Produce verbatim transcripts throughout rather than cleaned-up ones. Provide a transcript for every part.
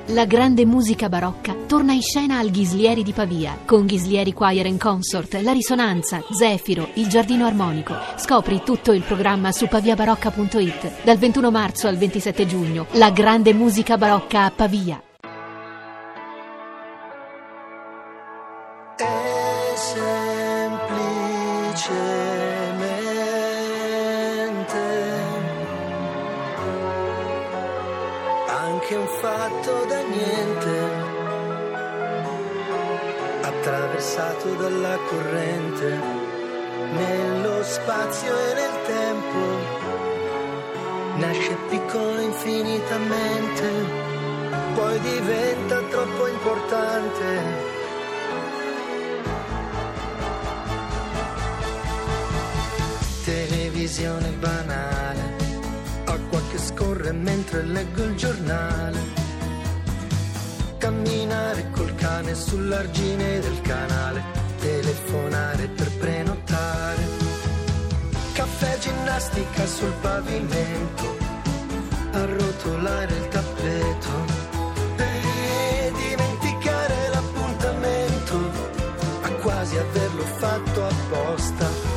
La grande musica barocca torna in scena al Ghislieri di Pavia, con Ghislieri Choir and Consort, La Risonanza, Zefiro, il Giardino Armonico. Scopri tutto il programma su paviabarocca punto it. Dal ventuno marzo al ventisette giugno, la grande musica barocca a Pavia. È semplicemente anche un fatto da niente, attraversato dalla corrente, nello spazio e nel tempo, nasce piccolo infinitamente, poi diventa troppo importante. Televisione banale, acqua che scorre mentre leggo il giornale, camminare col cane sull'argine del canale, telefonare per prenotare, caffè, ginnastica sul pavimento, arrotolare il tappeto e dimenticare l'appuntamento, a quasi averlo fatto apposta.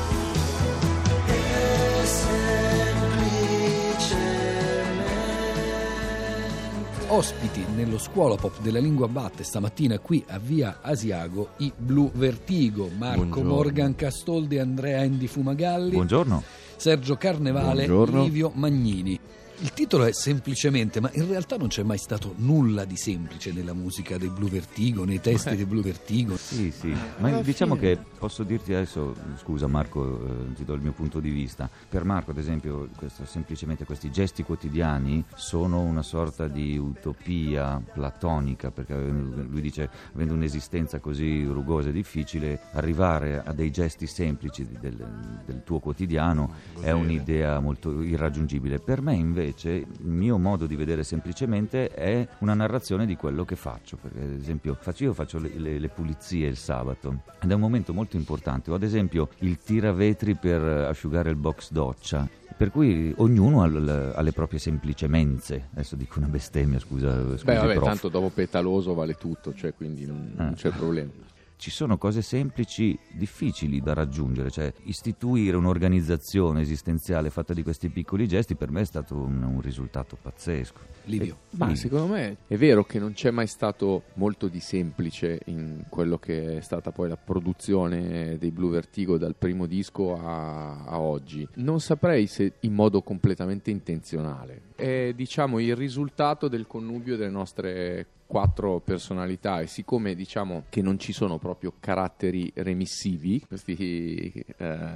Ospiti nello Scuola Pop della Lingua Batte stamattina qui a Via Asiago i Blue Vertigo, Marco Buongiorno. Morgan Castoldi e Andrea Endi Fumagalli. Buongiorno. Sergio Carnevale, Buongiorno. Livio Magnini. Il titolo è Semplicemente, ma in realtà non c'è mai stato nulla di semplice nella musica dei Blue Vertigo, nei testi dei Blue Vertigo. Sì, sì, ma diciamo che posso dirti adesso, scusa Marco, eh, ti do il mio punto di vista. Per Marco, ad esempio, questo, semplicemente questi gesti quotidiani sono una sorta di utopia platonica, perché lui dice, avendo un'esistenza così rugosa e difficile, arrivare a dei gesti semplici del, del tuo quotidiano è un'idea molto irraggiungibile. Per me invece il mio modo di vedere semplicemente è una narrazione di quello che faccio, perché ad esempio faccio, io faccio le, le, le pulizie il sabato ed è un momento molto importante, o ad esempio il tiravetri per asciugare il box doccia, per cui ognuno ha le, ha le proprie semplicemenze. Adesso dico una bestemmia, scusa, scusi, Beh, vabbè, prof. tanto dopo Petaloso vale tutto, cioè quindi non, non Ah. c'è problema. Ci sono cose semplici, difficili da raggiungere, cioè istituire un'organizzazione esistenziale fatta di questi piccoli gesti per me è stato un, un risultato pazzesco. Livio. E- Ma sì. secondo me è vero che non c'è mai stato molto di semplice in quello che è stata poi la produzione dei Blue Vertigo dal primo disco a, a oggi. Non saprei se in modo completamente intenzionale. È, diciamo, il risultato del connubio delle nostre quattro personalità, e siccome diciamo che non ci sono proprio caratteri remissivi, questi eh,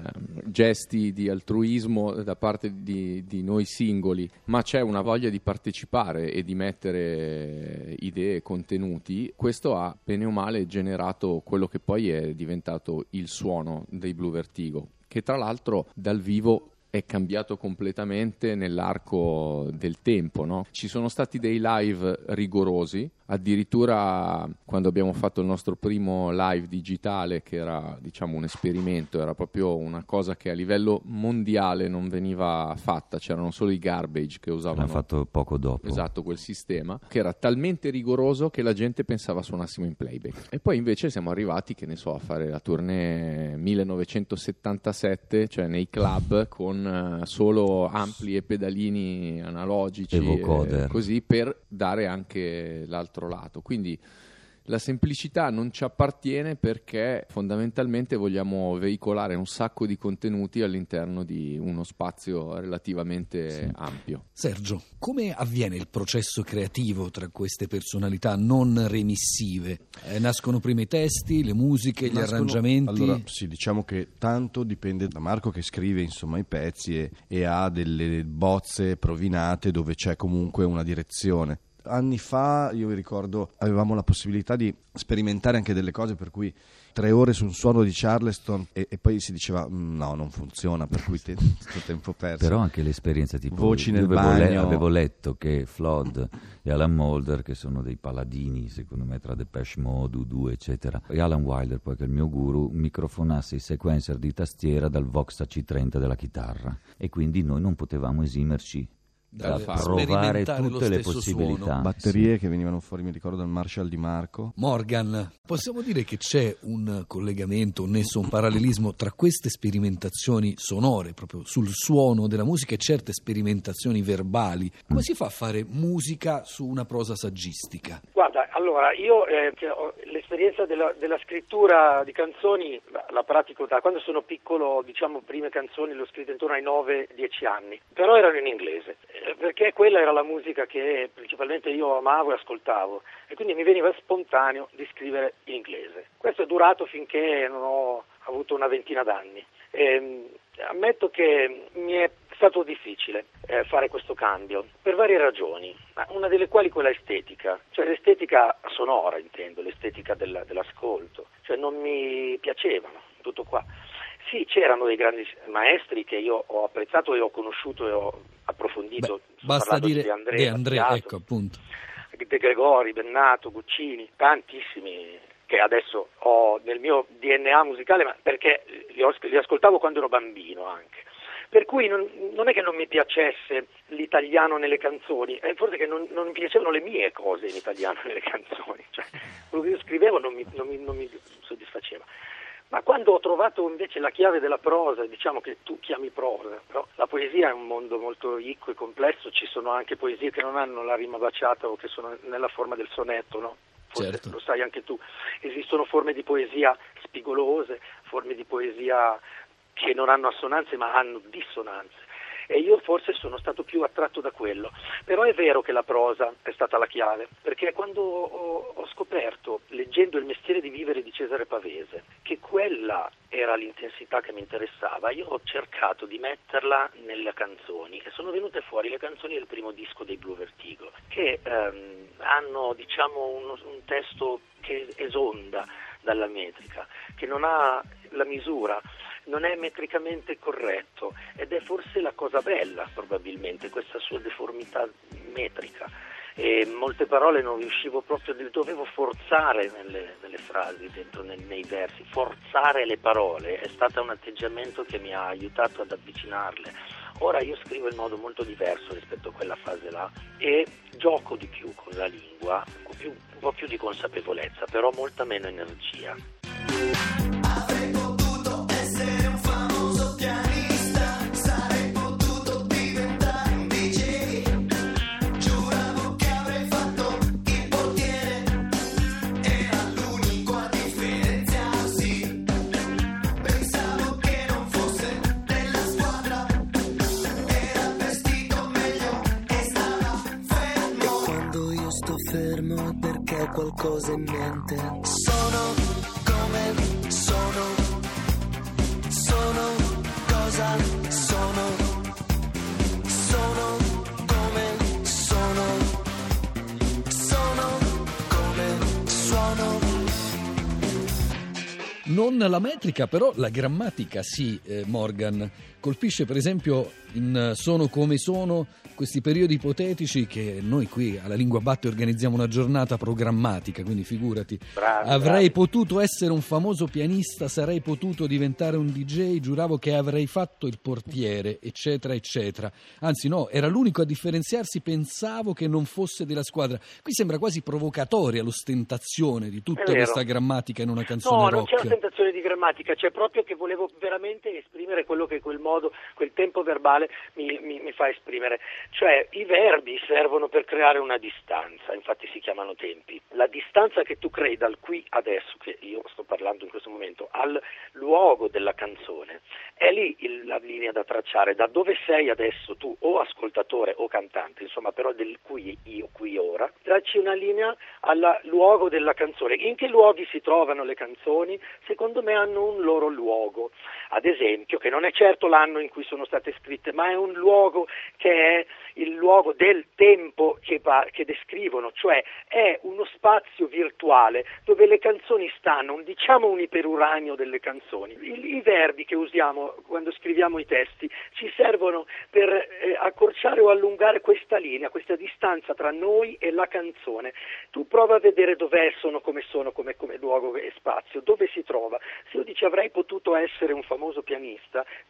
gesti di altruismo da parte di, di noi singoli, ma c'è una voglia di partecipare e di mettere idee, contenuti, questo ha bene o male generato quello che poi è diventato il suono dei Blue Vertigo, che tra l'altro dal vivo è cambiato completamente nell'arco del tempo, no? Ci sono stati dei live rigorosi, addirittura quando abbiamo fatto il nostro primo live digitale, che era diciamo un esperimento, era proprio una cosa che a livello mondiale non veniva fatta, c'erano solo i Garbage che usavano. L'hanno fatto poco dopo. Esatto, quel sistema, che era talmente rigoroso che la gente pensava suonassimo in playback. E poi invece siamo arrivati, che ne so, a fare la tournée millenovecentosettantasette, cioè nei club con uh, solo ampli e pedalini analogici, E vocoder. e così, per dare anche l'altro lato. Quindi la semplicità non ci appartiene, perché fondamentalmente vogliamo veicolare un sacco di contenuti all'interno di uno spazio relativamente Sì. ampio. Sergio, come avviene il processo creativo tra queste personalità non remissive? Eh, nascono prima i testi, le musiche, gli Nascono- arrangiamenti? Allora, sì, diciamo che tanto dipende da Marco, che scrive insomma i pezzi e, e ha delle bozze provinate dove c'è comunque una direzione. Anni fa, io vi ricordo, avevamo la possibilità di sperimentare anche delle cose, per cui tre ore su un suono di Charleston e, e poi si diceva "Mm, no, non funziona", per cui te, tutto tempo perso. Però anche l'esperienza tipo Voci io nel avevo, le- bagno. avevo letto che Flood e Alan Moulder, che sono dei paladini secondo me tra Depeche Mode, U due eccetera, e Alan Wilder, poi che è il mio guru, microfonasse i sequencer di tastiera dal Vox A C trenta della chitarra, e quindi noi non potevamo esimerci da da provare sperimentare lo tutte le stesso possibilità. suono. Batterie che venivano fuori, mi ricordo, dal Marshall di Marco. Morgan, possiamo dire che c'è un collegamento, un nesso, un parallelismo tra queste sperimentazioni sonore, proprio sul suono della musica, e certe sperimentazioni verbali? Come si fa a fare musica su una prosa saggistica? Guarda, allora, io eh, ho l'esperienza della, della scrittura di canzoni la, la pratico da quando sono piccolo, diciamo, prime canzoni le ho scritte intorno ai nove dieci anni, però erano in inglese, eh, perché quella era la musica che principalmente io amavo e ascoltavo, e quindi mi veniva spontaneo di scrivere in inglese. Questo è durato finché non ho avuto una ventina d'anni. E, ammetto che mi è stato difficile eh, fare questo cambio per varie ragioni, una delle quali quella estetica, cioè l'estetica sonora, intendo, l'estetica del, dell'ascolto, cioè non mi piacevano, tutto qua. Sì, c'erano dei grandi maestri che io ho apprezzato e ho conosciuto e ho approfondito. Beh, basta dire di Andrea, De Andrea, Battiato, ecco appunto. De Gregori, Bennato, Guccini, tantissimi che adesso ho nel mio D N A musicale, ma perché li, ho, li ascoltavo quando ero bambino anche. Per cui non, non è che non mi piacesse l'italiano nelle canzoni, è forse che non, non mi piacevano le mie cose in italiano nelle canzoni, cioè quello che io scrivevo non mi, non mi, non mi soddisfaceva. Ma quando ho trovato invece la chiave della prosa, diciamo che tu chiami prosa, però la poesia è un mondo molto ricco e complesso, ci sono anche poesie che non hanno la rima baciata o che sono nella forma del sonetto, no? Forse Certo. Lo sai anche tu, esistono forme di poesia spigolose, forme di poesia che non hanno assonanze ma hanno dissonanze, e io forse sono stato più attratto da quello. Però è vero che la prosa è stata la chiave, perché quando ho, ho scoperto, leggendo Il mestiere di vivere di Cesare Pavese, che quella era l'intensità che mi interessava, io ho cercato di metterla nelle canzoni, e sono venute fuori le canzoni del primo disco dei Blue Vertigo, che ehm, hanno, diciamo, uno, un testo che esonda dalla metrica, che non ha la misura, non è metricamente corretto, ed è forse la cosa bella, probabilmente, questa sua deformità metrica. E molte parole non riuscivo proprio, dovevo forzare nelle, nelle frasi, dentro nei, nei versi, forzare le parole, è stato un atteggiamento che mi ha aiutato ad avvicinarle. Ora io scrivo in modo molto diverso rispetto a quella fase là, e gioco di più con la lingua, con più, un po' più di consapevolezza, però molta meno energia. Avrei potuto essere un famoso pianista, sarei potuto diventare un D J, giuravo che avrei fatto il portiere, era l'unico a differenziarsi, pensavo che non fosse della squadra, era vestito meglio e stava fermo. E quando io sto fermo è perché ho qualcosa in mente. Sono come sono, sono cosa sono, sono come sono, sono come suono. Non la metrica, però la grammatica sì, eh, Morgan. Colpisce per esempio in Sono come sono questi periodi ipotetici che noi qui alla Lingua Batte organizziamo una giornata programmatica, quindi figurati. Bravi, avrei bravi. potuto essere un famoso pianista, sarei potuto diventare un D J, giuravo che avrei fatto il portiere, eccetera, eccetera. Anzi no, era l'unico a differenziarsi, pensavo che non fosse della squadra. Qui sembra quasi provocatoria l'ostentazione di tutta È vero. questa grammatica in una canzone No, rock. non c'è ostentazione di grammatica, c'è proprio che volevo veramente esprimere quello che quel modo, quel tempo verbale mi, mi, mi fa esprimere. Cioè i verbi servono per creare una distanza, infatti si chiamano tempi. La distanza che tu crei dal qui adesso, che io sto parlando in questo momento, al luogo della canzone, è lì il, la linea da tracciare, da dove sei adesso tu, o ascoltatore o cantante, insomma, però del qui, io, qui, ora, tracci una linea al luogo della canzone. In che luoghi si trovano le canzoni? Secondo me hanno un loro luogo, ad esempio, che non è certo l'anno in cui sono state scritte, ma è un luogo che è il luogo del tempo che, va, che descrivono, cioè è uno spazio virtuale dove le canzoni stanno, un, diciamo un iperuranio delle canzoni. I, i verbi che usiamo quando scriviamo i testi ci servono per eh, accorciare o allungare questa linea, questa distanza tra noi e la canzone. Tu prova a vedere dov'è sono come sono, come, come luogo e spazio, dove si trova. Se io dici avrei potuto essere un famoso pianista, già stai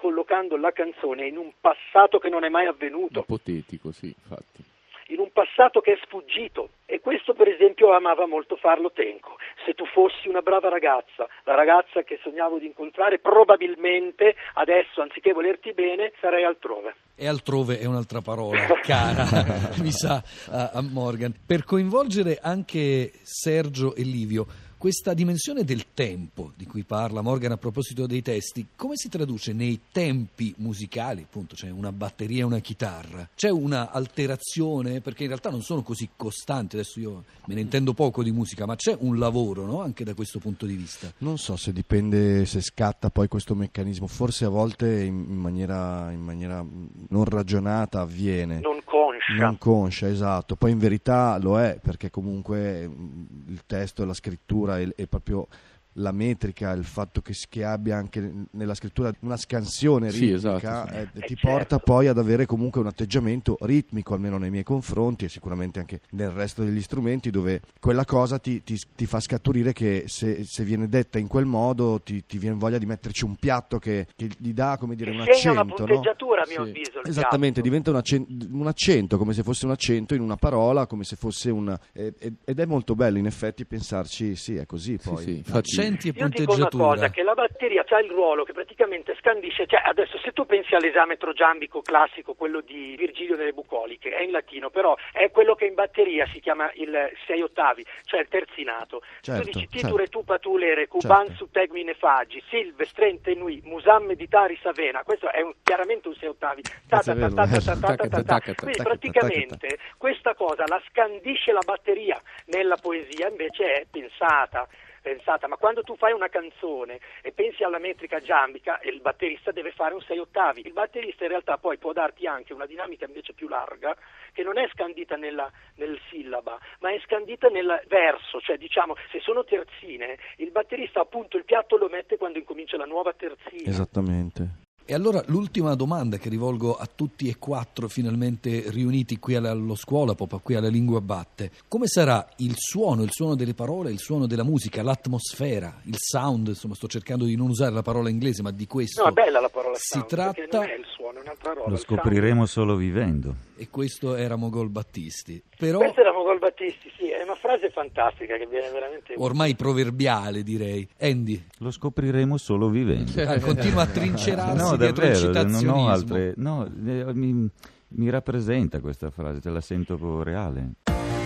ricollocando la canzone in un passato che non è mai avvenuto. Ipotetico, sì, infatti. In un passato che è sfuggito, e questo per esempio amava molto farlo Tenco. Se tu fossi una brava ragazza, la ragazza che sognavo di incontrare, probabilmente adesso anziché volerti bene sarei altrove. E altrove è un'altra parola cara, mi sa, a, a Morgan. Per coinvolgere anche Sergio e Livio, questa dimensione del tempo di cui parla Morgan a proposito dei testi, come si traduce nei tempi musicali? Appunto, c'è una batteria e una chitarra. C'è una alterazione, perché in realtà non sono così costanti. Adesso io me ne intendo poco di musica, ma c'è un lavoro, no? Anche da questo punto di vista. Non so se dipende, se scatta poi questo meccanismo, forse a volte in, in maniera, in maniera non ragionata avviene. Non conscia. Non conscia, esatto. Poi in verità lo è, perché comunque il testo e la scrittura e, e proprio la metrica, il fatto che, che abbia anche nella scrittura una scansione Sì, ritmica, esatto, sì. eh, ti Eh, certo. porta poi ad avere comunque un atteggiamento ritmico, almeno nei miei confronti e sicuramente anche nel resto degli strumenti, dove quella cosa ti, ti, ti fa scaturire che se, se viene detta in quel modo ti, ti viene voglia di metterci un piatto che, che gli dà, come dire, Ti un segna una accento, no? punteggiatura, a mio Sì. avviso. il Esattamente, piatto. diventa un, accen- un accento, come se fosse un accento in una parola, come se fosse un... eh, eh, ed è molto bello in effetti pensarci, sì, è così Sì, poi. sì, infatti- Accenti e Io dico una punteggiatura. cosa, che la batteria ha il ruolo che praticamente scandisce, cioè adesso se tu pensi all'esametro giambico classico, quello di Virgilio delle Bucoliche, è in latino, però è quello che in batteria si chiama il sei ottavi, cioè il terzinato. Certo, tu dici certo. titure tu patulere, cuban Certo. su tegmine fagi, silve strente nui, musam meditari savena, questo è un- chiaramente un sei ottavi. Ta ta ta ta ta ta ta ta ta ta. Quindi praticamente questa cosa la scandisce la batteria, nella poesia invece è pensata. pensata, ma quando tu fai una canzone e pensi alla metrica giambica, il batterista deve fare un sei ottavi. Il batterista in realtà poi può darti anche una dinamica invece più larga, che non è scandita nella, nel sillaba, ma è scandita nel verso, cioè diciamo, se sono terzine, il batterista appunto il piatto lo mette quando incomincia la nuova terzina. Esattamente. E allora l'ultima domanda che rivolgo a tutti e quattro finalmente riuniti qui alla- allo Scuolapop, qui alla Lingua Batte: come sarà il suono, il suono delle parole, il suono della musica, l'atmosfera, il sound? Insomma, sto cercando di non usare la parola inglese, ma di questo No, è bella la parola si sound, perché tratta. non è il suono, è un'altra roba. Lo il scopriremo solo vivendo. E questo era Mogol Battisti. Però sound. Questo era Mogol Battisti, sì, è una frase fantastica che viene veramente... ormai proverbiale, direi. Andy, Lo scopriremo solo vivendo. ah, continua a trincerarsi No, dietro il davvero, non citazionismo. ho altre. No, eh, mi, mi rappresenta questa frase, te la sento reale.